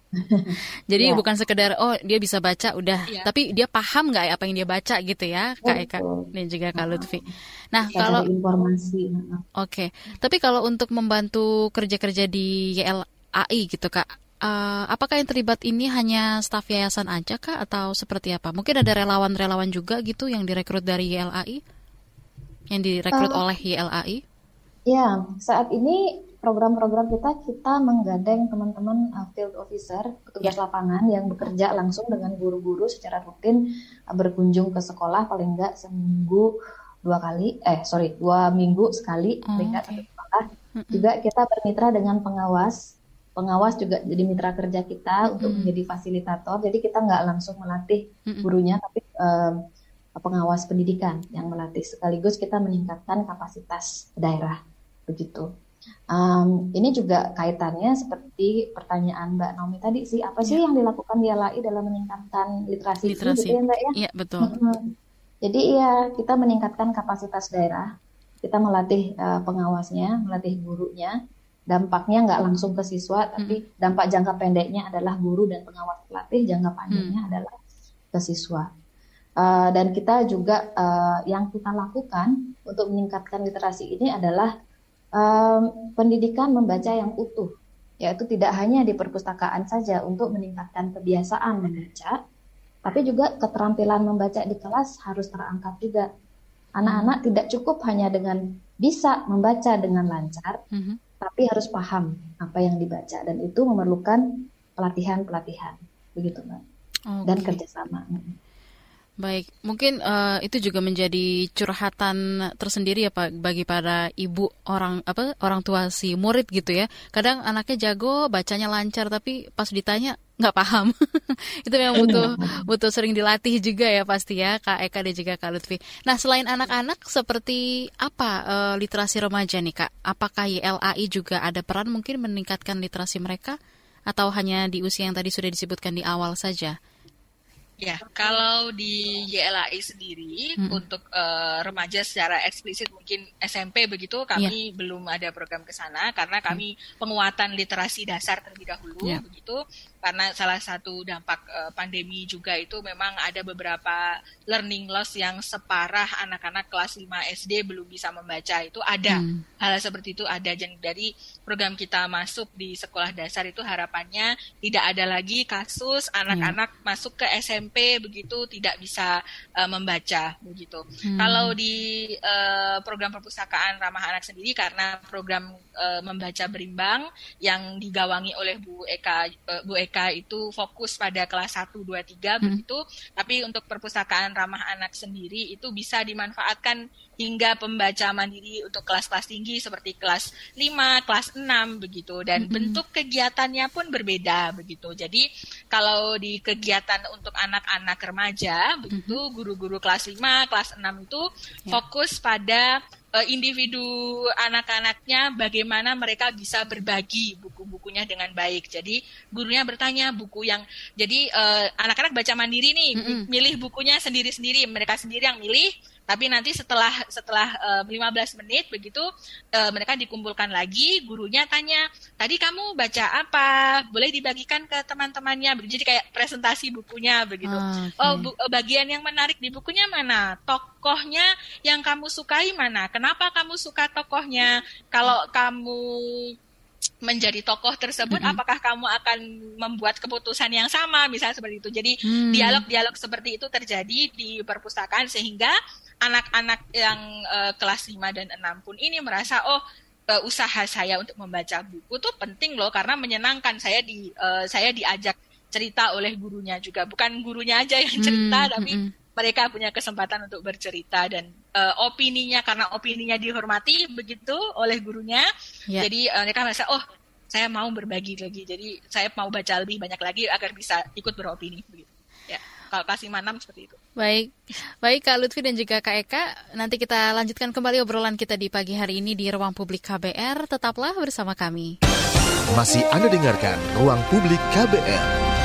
jadi ya. bukan sekedar oh dia bisa baca udah, ya. tapi dia paham nggak apa yang dia baca gitu ya Kak Eka dan juga Kak Lutfi. Nah bisa kalau informasi. Oke, okay. tapi kalau untuk membantu kerja-kerja di Y L A I gitu Kak, uh, apakah yang terlibat ini hanya staf yayasan aja Kak atau seperti apa? Mungkin ada relawan-relawan juga gitu yang direkrut dari Y L A I? Yang direkrut uh, oleh Y L A I? Ya, saat ini program-program kita, kita menggandeng teman-teman uh, field officer, petugas yeah. lapangan yang bekerja langsung dengan guru-guru secara rutin, uh, berkunjung ke sekolah paling enggak seminggu dua kali, eh sorry, dua minggu sekali, oh, paling enggak okay. satu sekolah. Mm-hmm. Juga kita bermitra dengan pengawas, pengawas juga jadi mitra kerja kita mm-hmm. untuk menjadi fasilitator, jadi kita nggak langsung melatih mm-hmm. gurunya, tapi um, pengawas pendidikan yang melatih, sekaligus kita meningkatkan kapasitas daerah begitu. Um, ini juga kaitannya seperti pertanyaan Mbak Naomi tadi sih, apa sih ya. yang dilakukan Y L A I dalam meningkatkan literasi, literasi. Gitu ya Mbak ya? Iya betul. Hmm. Jadi ya kita meningkatkan kapasitas daerah, kita melatih uh, pengawasnya, melatih gurunya. Dampaknya nggak langsung ke siswa, tapi hmm. dampak jangka pendeknya adalah guru dan pengawas pelatih, jangka panjangnya hmm. adalah ke siswa. Uh, dan kita juga uh, yang kita lakukan untuk meningkatkan literasi ini adalah um, pendidikan membaca yang utuh, yaitu tidak hanya di perpustakaan saja untuk meningkatkan kebiasaan membaca, tapi juga keterampilan membaca di kelas harus terangkat juga. Anak-anak tidak cukup hanya dengan bisa membaca dengan lancar, mm-hmm. tapi harus paham apa yang dibaca, dan itu memerlukan pelatihan-pelatihan, begitu Mbak, okay. dan kerjasama. Baik, mungkin uh, itu juga menjadi curhatan tersendiri ya Pak bagi para ibu orang apa orang tua si murid gitu ya. Kadang anaknya jago, bacanya lancar, tapi pas ditanya nggak paham. Itu memang butuh butuh sering dilatih juga ya pasti ya Kak Eka dan juga Kak Lutfi. Nah selain anak-anak, seperti apa uh, literasi remaja nih Kak? Apakah Y L A I juga ada peran mungkin meningkatkan literasi mereka, atau hanya di usia yang tadi sudah disebutkan di awal saja? Ya, kalau di Y L A I sendiri hmm. untuk uh, remaja secara eksplisit mungkin S M P begitu kami yeah. belum ada program ke sana karena kami hmm. penguatan literasi dasar terlebih dahulu yeah. begitu. Karena salah satu dampak uh, pandemi juga itu memang ada beberapa learning loss yang separah anak-anak kelas lima S D belum bisa membaca, itu ada. Hmm. Hal seperti itu ada. Jadi dari program kita masuk di sekolah dasar itu harapannya tidak ada lagi kasus anak-anak hmm. masuk ke S M M P begitu tidak bisa uh, membaca begitu. Hmm. Kalau di uh, program perpustakaan ramah anak sendiri karena program uh, membaca berimbang yang digawangi oleh Bu Eka uh, Bu Eka itu fokus pada kelas satu, dua, tiga hmm. begitu. Tapi untuk perpustakaan ramah anak sendiri itu bisa dimanfaatkan hingga pembaca mandiri untuk kelas-kelas tinggi seperti kelas lima, kelas enam begitu, dan mm-hmm. bentuk kegiatannya pun berbeda begitu. Jadi kalau di kegiatan untuk anak-anak remaja begitu, mm-hmm. guru-guru kelas lima, kelas enam itu yeah. fokus pada uh, individu anak-anaknya, bagaimana mereka bisa berbagi buku-bukunya dengan baik. Jadi gurunya bertanya buku yang jadi uh, anak-anak baca mandiri nih, mm-hmm. milih bukunya sendiri-sendiri, mereka sendiri yang milih. Tapi nanti setelah setelah uh, lima belas menit begitu uh, mereka dikumpulkan lagi, gurunya tanya, tadi kamu baca apa? Boleh dibagikan ke teman-temannya. Jadi kayak presentasi bukunya begitu. Oh, okay. oh bu- bagian yang menarik di bukunya mana? Tokohnya yang kamu sukai mana? Kenapa kamu suka tokohnya? Kalau kamu menjadi tokoh tersebut, mm-hmm. apakah kamu akan membuat keputusan yang sama, misalnya seperti itu. Jadi mm. dialog-dialog seperti itu terjadi di perpustakaan sehingga anak-anak yang uh, kelas lima dan enam pun ini merasa, oh uh, usaha saya untuk membaca buku tuh penting loh, karena menyenangkan. Saya di uh, saya diajak cerita oleh gurunya juga, bukan gurunya aja yang cerita, mm-hmm. tapi mereka punya kesempatan untuk bercerita dan uh, opininya, karena opininya dihormati begitu oleh gurunya. Yeah. Jadi uh, mereka merasa, oh saya mau berbagi lagi, jadi saya mau baca lebih banyak lagi agar bisa ikut beropini begitu. Ya, kalau kelas lima enam seperti itu. Baik, baik Kak Lutfi dan juga Kak Eka, nanti kita lanjutkan kembali obrolan kita di pagi hari ini di Ruang Publik K B R. Tetaplah bersama kami. Masih Anda dengarkan Ruang Publik K B R.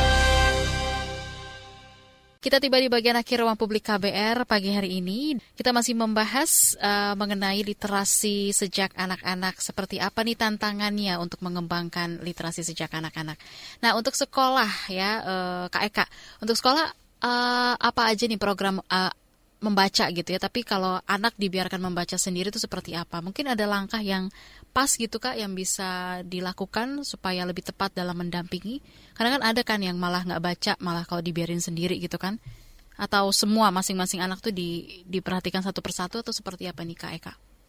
Kita tiba di bagian akhir Ruang Publik K B R pagi hari ini. Kita masih membahas uh, mengenai literasi sejak anak-anak. Seperti apa nih tantangannya untuk mengembangkan literasi sejak anak-anak. Nah, untuk sekolah ya, uh, Kak Eka, untuk sekolah uh, apa aja nih program uh, membaca gitu ya. Tapi kalau anak dibiarkan membaca sendiri itu seperti apa? Mungkin ada langkah yang pas gitu Kak yang bisa dilakukan supaya lebih tepat dalam mendampingi. Karena kan ada kan yang malah nggak baca, malah kalau dibiarin sendiri gitu kan. Atau semua masing-masing anak tuh di, diperhatikan satu persatu atau seperti apa nih Kak Eka?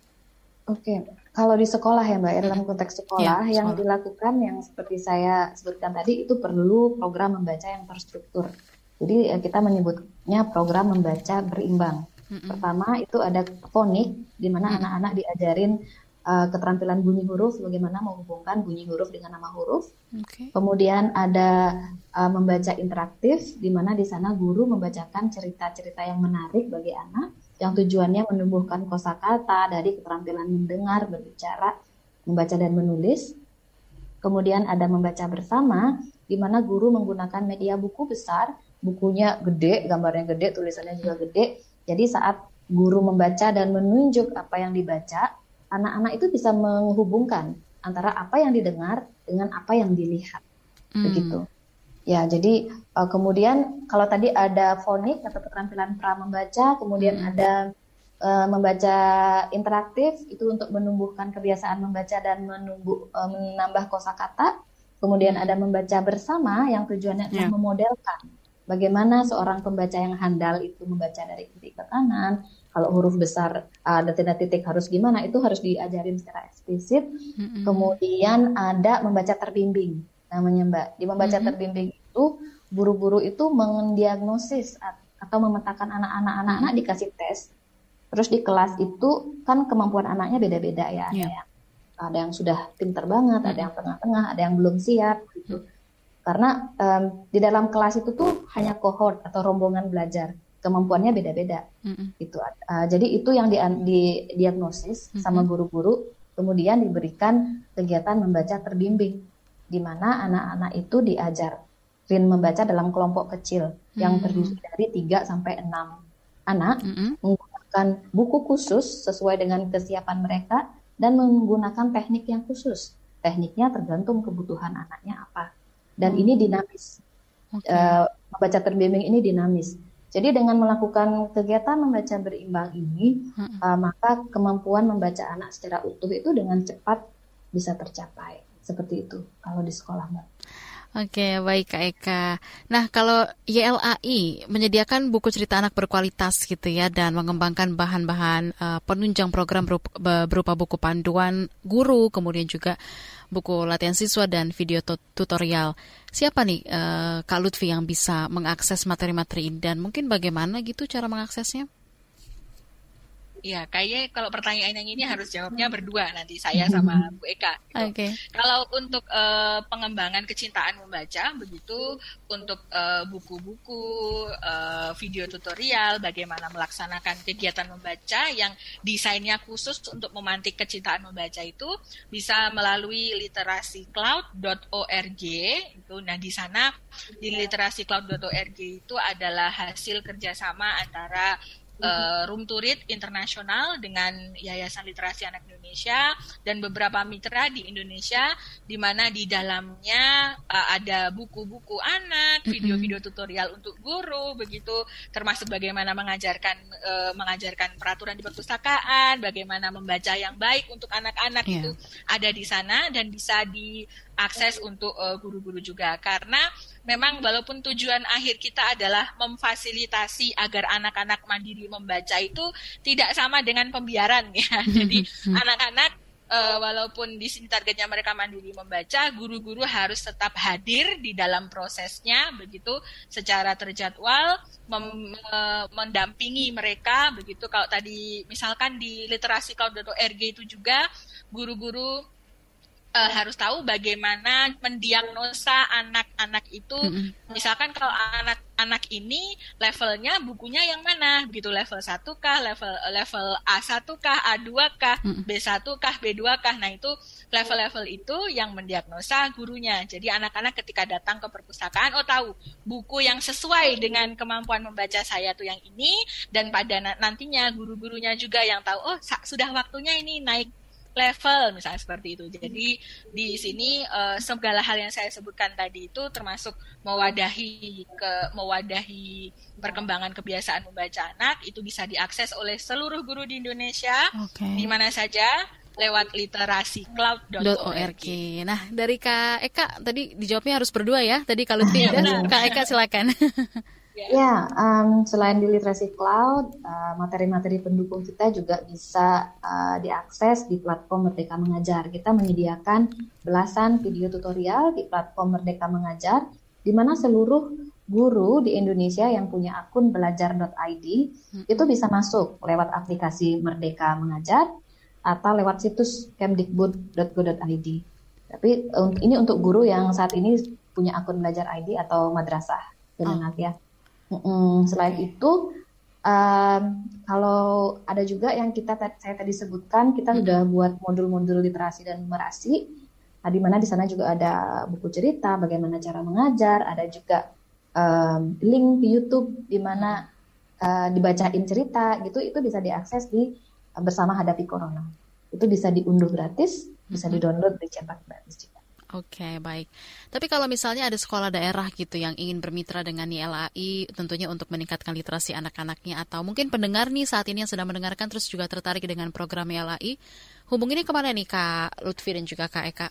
Oke, kalau di sekolah ya Mbak, dalam konteks sekolah ya, yang sekolah. dilakukan yang seperti saya sebutkan tadi itu perlu program membaca yang terstruktur. Jadi kita menyebutnya program membaca berimbang. Mm-mm. Pertama itu ada fonik, di mana mm-hmm. anak-anak diajarin uh, keterampilan bunyi huruf, bagaimana menghubungkan bunyi huruf dengan nama huruf. Okay. Kemudian ada uh, membaca interaktif, di mana di sana guru membacakan cerita-cerita yang menarik bagi anak, yang tujuannya menumbuhkan kosakata dari keterampilan mendengar, berbicara, membaca dan menulis. Kemudian ada membaca bersama, di mana guru menggunakan media buku besar, bukunya gede, gambarnya gede, tulisannya juga gede. Jadi saat guru membaca dan menunjuk apa yang dibaca, anak-anak itu bisa menghubungkan antara apa yang didengar dengan apa yang dilihat. Hmm. Begitu. Ya, jadi uh, kemudian kalau tadi ada fonik atau keterampilan pra membaca, kemudian hmm. ada uh, membaca interaktif, itu untuk menumbuhkan kebiasaan membaca dan menumbuh, uh, menambah kosakata. Kemudian hmm. ada membaca bersama yang tujuannya adalah yeah. memodelkan bagaimana seorang pembaca yang handal itu membaca dari kiri ke kanan. Kalau huruf besar ada tanda titik harus gimana, itu harus diajarin secara eksplisit. Mm-hmm. Kemudian ada membaca terbimbing namanya Mbak. Di membaca mm-hmm. terbimbing itu guru-guru itu mendiagnosis atau memetakan anak-anak anak-anak mm-hmm. dikasih tes. Terus di kelas itu kan kemampuan anaknya beda-beda ya. Yeah. Ada yang ada yang sudah pintar banget, mm-hmm. ada yang tengah-tengah, ada yang belum siap gitu. Mm-hmm. Karena um, di dalam kelas itu tuh hanya kohort atau rombongan belajar, kemampuannya beda-beda. Mm-hmm. Gitu. Uh, jadi itu yang di, di diagnosis mm-hmm. sama guru-guru, kemudian diberikan kegiatan membaca terbimbing, di mana anak-anak itu diajarin membaca dalam kelompok kecil mm-hmm. yang terdiri dari tiga sampai enam anak, mm-hmm. menggunakan buku khusus sesuai dengan kesiapan mereka dan menggunakan teknik yang khusus. Tekniknya tergantung kebutuhan anaknya apa. Dan hmm. ini dinamis, okay. uh, membaca terbimbing ini dinamis. Jadi dengan melakukan kegiatan membaca berimbang ini, hmm. uh, maka kemampuan membaca anak secara utuh itu dengan cepat bisa tercapai. Seperti itu kalau di sekolah Mbak. Oke, baik Kak Eka. Nah, kalau Y L A I menyediakan buku cerita anak berkualitas gitu ya, dan mengembangkan bahan-bahan uh, penunjang program berupa, berupa buku panduan guru, kemudian juga buku latihan siswa dan video tutorial. Siapa nih uh, Kak Lutfi yang bisa mengakses materi-materi ini, dan mungkin bagaimana gitu cara mengaksesnya? Ya, kayaknya kalau pertanyaan yang ini harus jawabnya berdua nanti, saya sama Bu Eka. Gitu. Oke. Okay. Kalau untuk uh, pengembangan kecintaan membaca, begitu untuk uh, buku-buku, uh, video tutorial, bagaimana melaksanakan kegiatan membaca yang desainnya khusus untuk memantik kecintaan membaca itu bisa melalui literasi cloud dot org. Itu, nah di sana di literasi cloud dot org itu adalah hasil kerjasama antara Uh, Room to Read Internasional dengan Yayasan Literasi Anak Indonesia dan beberapa mitra di Indonesia, di mana di dalamnya uh, ada buku-buku anak, video-video tutorial untuk guru, begitu, termasuk bagaimana mengajarkan uh, mengajarkan peraturan di perpustakaan, bagaimana membaca yang baik untuk anak-anak, yeah. Itu ada di sana dan bisa diakses untuk uh, guru-guru juga, karena memang walaupun tujuan akhir kita adalah memfasilitasi agar anak-anak mandiri membaca itu tidak sama dengan pembiaran ya. Jadi anak-anak uh, walaupun di sini targetnya mereka mandiri membaca, guru-guru harus tetap hadir di dalam prosesnya, begitu, secara terjadwal, mem- uh, mendampingi mereka, begitu. Kalau tadi misalkan di literasi cloud dot org itu juga guru-guru Uh, harus tahu bagaimana mendiagnosa anak-anak itu. Mm-hmm. Misalkan kalau anak-anak ini levelnya bukunya yang mana, begitu, level satu kah, level level A satu kah, A dua kah, mm-hmm. B satu kah, B dua kah. Nah, itu level-level itu yang mendiagnosa gurunya. Jadi anak-anak ketika datang ke perpustakaan, oh tahu buku yang sesuai dengan kemampuan membaca saya tuh yang ini, dan pada nantinya guru-gurunya juga yang tahu, oh sa- sudah waktunya ini naik level, misalnya seperti itu. Jadi di sini uh, segala hal yang saya sebutkan tadi itu termasuk mewadahi ke mewadahi perkembangan kebiasaan membaca anak, itu bisa diakses oleh seluruh guru di Indonesia, okay. Di mana saja lewat literasi cloud dot org. Nah, dari Kak Eka tadi dijawabnya harus berdua ya. Tadi kalau tidak, Kak Eka silakan. Ya, um, selain di literasi cloud, uh, materi-materi pendukung kita juga bisa uh, diakses di platform Merdeka Mengajar. Kita menyediakan belasan video tutorial di platform Merdeka Mengajar, di mana seluruh guru di Indonesia yang punya akun belajar dot i d hmm. itu bisa masuk lewat aplikasi Merdeka Mengajar atau lewat situs kemdikbud dot go dot i d. Tapi uh, ini untuk guru yang saat ini punya akun belajar I D atau madrasah dengan oh. ya. Mm-mm. Selain itu, um, kalau ada juga yang kita saya tadi sebutkan, kita mm-hmm. sudah buat modul-modul literasi dan numerasi, nah, di mana di sana juga ada buku cerita, bagaimana cara mengajar, ada juga um, link di YouTube di mana uh, dibacain cerita, gitu, itu bisa diakses di uh, Bersama Hadapi Corona. Itu bisa diunduh gratis, bisa di-download, dicetak gratis juga. Oke, okay, baik. Tapi kalau misalnya ada sekolah daerah gitu yang ingin bermitra dengan Y L A I, tentunya untuk meningkatkan literasi anak-anaknya, atau mungkin pendengar nih saat ini yang sedang mendengarkan terus juga tertarik dengan program Y L A I, hubunginnya kemana nih Kak Lutfi dan juga Kak Eka?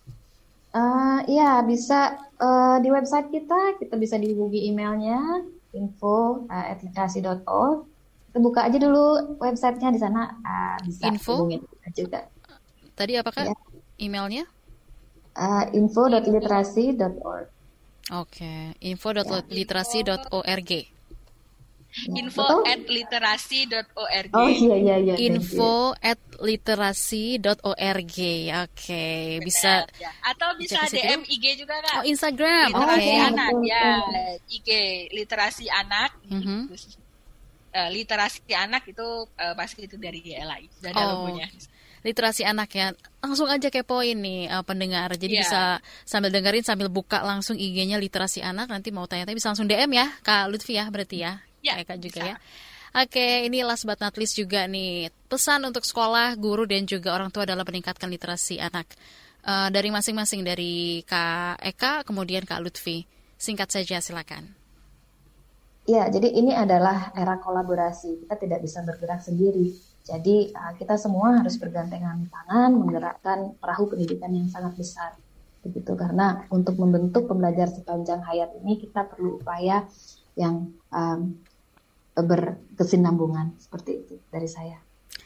Uh, iya, bisa uh, di website kita, kita bisa dihubungi emailnya info at literasi dot org. Kita buka aja dulu websitenya, di sana uh, bisa info hubungin juga. Tadi apakah ya. Emailnya? Uh, info dot literasi dot org. Oke, okay. info dot literasi dot org. info at literasi dot org. Oh iya iya iya. info at literasi dot org. Oke, okay. Bisa ya. Atau bisa D M I G juga Kak. Oh, Instagram. Literasi okay. anak ya, I G literasi anak. Mm-hmm. Uh, literasi anak itu uh, pasti itu dari Y L A I. Sudah ada oh. logonya. Literasi anak ya, langsung aja kepoin nih uh, pendengar. Jadi yeah. bisa sambil dengerin sambil buka langsung I G-nya literasi anak. Nanti mau tanya-tanya bisa langsung D M ya Kak Lutfi ya berarti ya. Ya, Kak juga bisa. Ya. Oke, ini last but not least juga nih pesan untuk sekolah, guru dan juga orang tua adalah meningkatkan literasi anak. Uh, dari masing-masing, dari Kak Eka kemudian Kak Lutfi. Singkat saja silakan. Ya, jadi ini adalah era kolaborasi. Kita tidak bisa bergerak sendiri. Jadi uh, kita semua harus bergandengan tangan menggerakkan perahu pendidikan yang sangat besar. begitu. Karena untuk membentuk pembelajar sepanjang hayat ini kita perlu upaya yang um, berkesinambungan, seperti itu dari saya.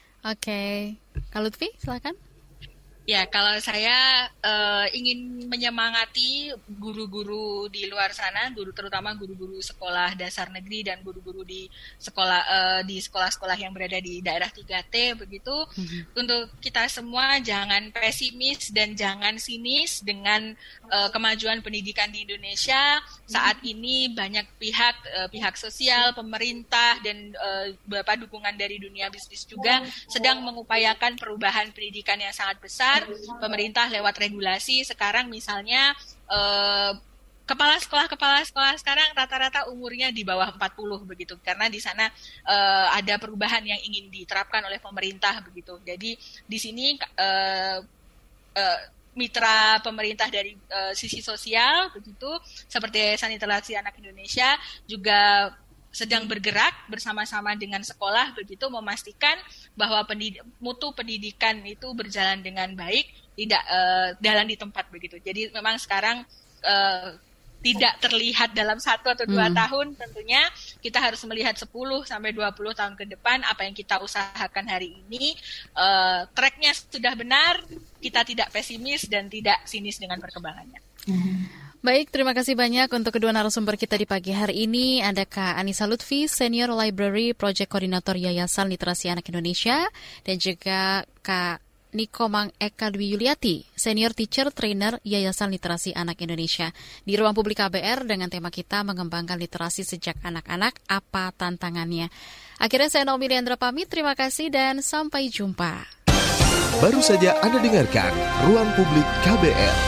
Oke, Kak Lutfi silakan. Ya, kalau saya uh, ingin menyemangati guru-guru di luar sana, guru terutama guru-guru sekolah dasar negeri dan guru-guru di sekolah uh, di sekolah-sekolah yang berada di daerah tiga T begitu, mm-hmm. untuk kita semua jangan pesimis dan jangan sinis dengan uh, kemajuan pendidikan di Indonesia. Saat ini banyak pihak uh, pihak sosial, pemerintah dan uh, beberapa dukungan dari dunia bisnis juga sedang mengupayakan perubahan pendidikan yang sangat besar. Pemerintah lewat regulasi sekarang misalnya eh, kepala sekolah-kepala sekolah sekarang rata-rata umurnya di bawah empat puluh begitu, karena di sana eh, ada perubahan yang ingin diterapkan oleh pemerintah begitu. Jadi di sini eh, eh, mitra pemerintah dari eh, sisi sosial begitu seperti Yayasan Literasi Anak Indonesia juga sedang bergerak bersama-sama dengan sekolah begitu memastikan bahwa pendid- mutu pendidikan itu berjalan dengan baik, tidak uh, jalan di tempat begitu. Jadi memang sekarang uh, tidak terlihat dalam satu atau dua hmm. tahun, tentunya kita harus melihat sepuluh sampai dua puluh tahun ke depan apa yang kita usahakan hari ini uh, tracknya sudah benar, kita tidak pesimis dan tidak sinis dengan perkembangannya. Hmm. Baik, terima kasih banyak untuk kedua narasumber kita di pagi hari ini. Ada Kak Anissa Lutfi, Senior Library Project Coordinator Yayasan Literasi Anak Indonesia, dan juga Kak Niko Mang Eka Dwi Yuliati, Senior Teacher Trainer Yayasan Literasi Anak Indonesia. Di Ruang Publik K B R dengan tema kita mengembangkan literasi sejak anak-anak, apa tantangannya? Akhirnya saya Naomi Leandra pamit, terima kasih dan sampai jumpa. Baru saja Anda dengarkan Ruang Publik K B R.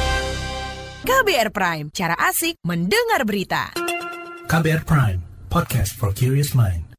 K B R Prime, cara asik mendengar berita. K B R Prime, podcast for curious mind.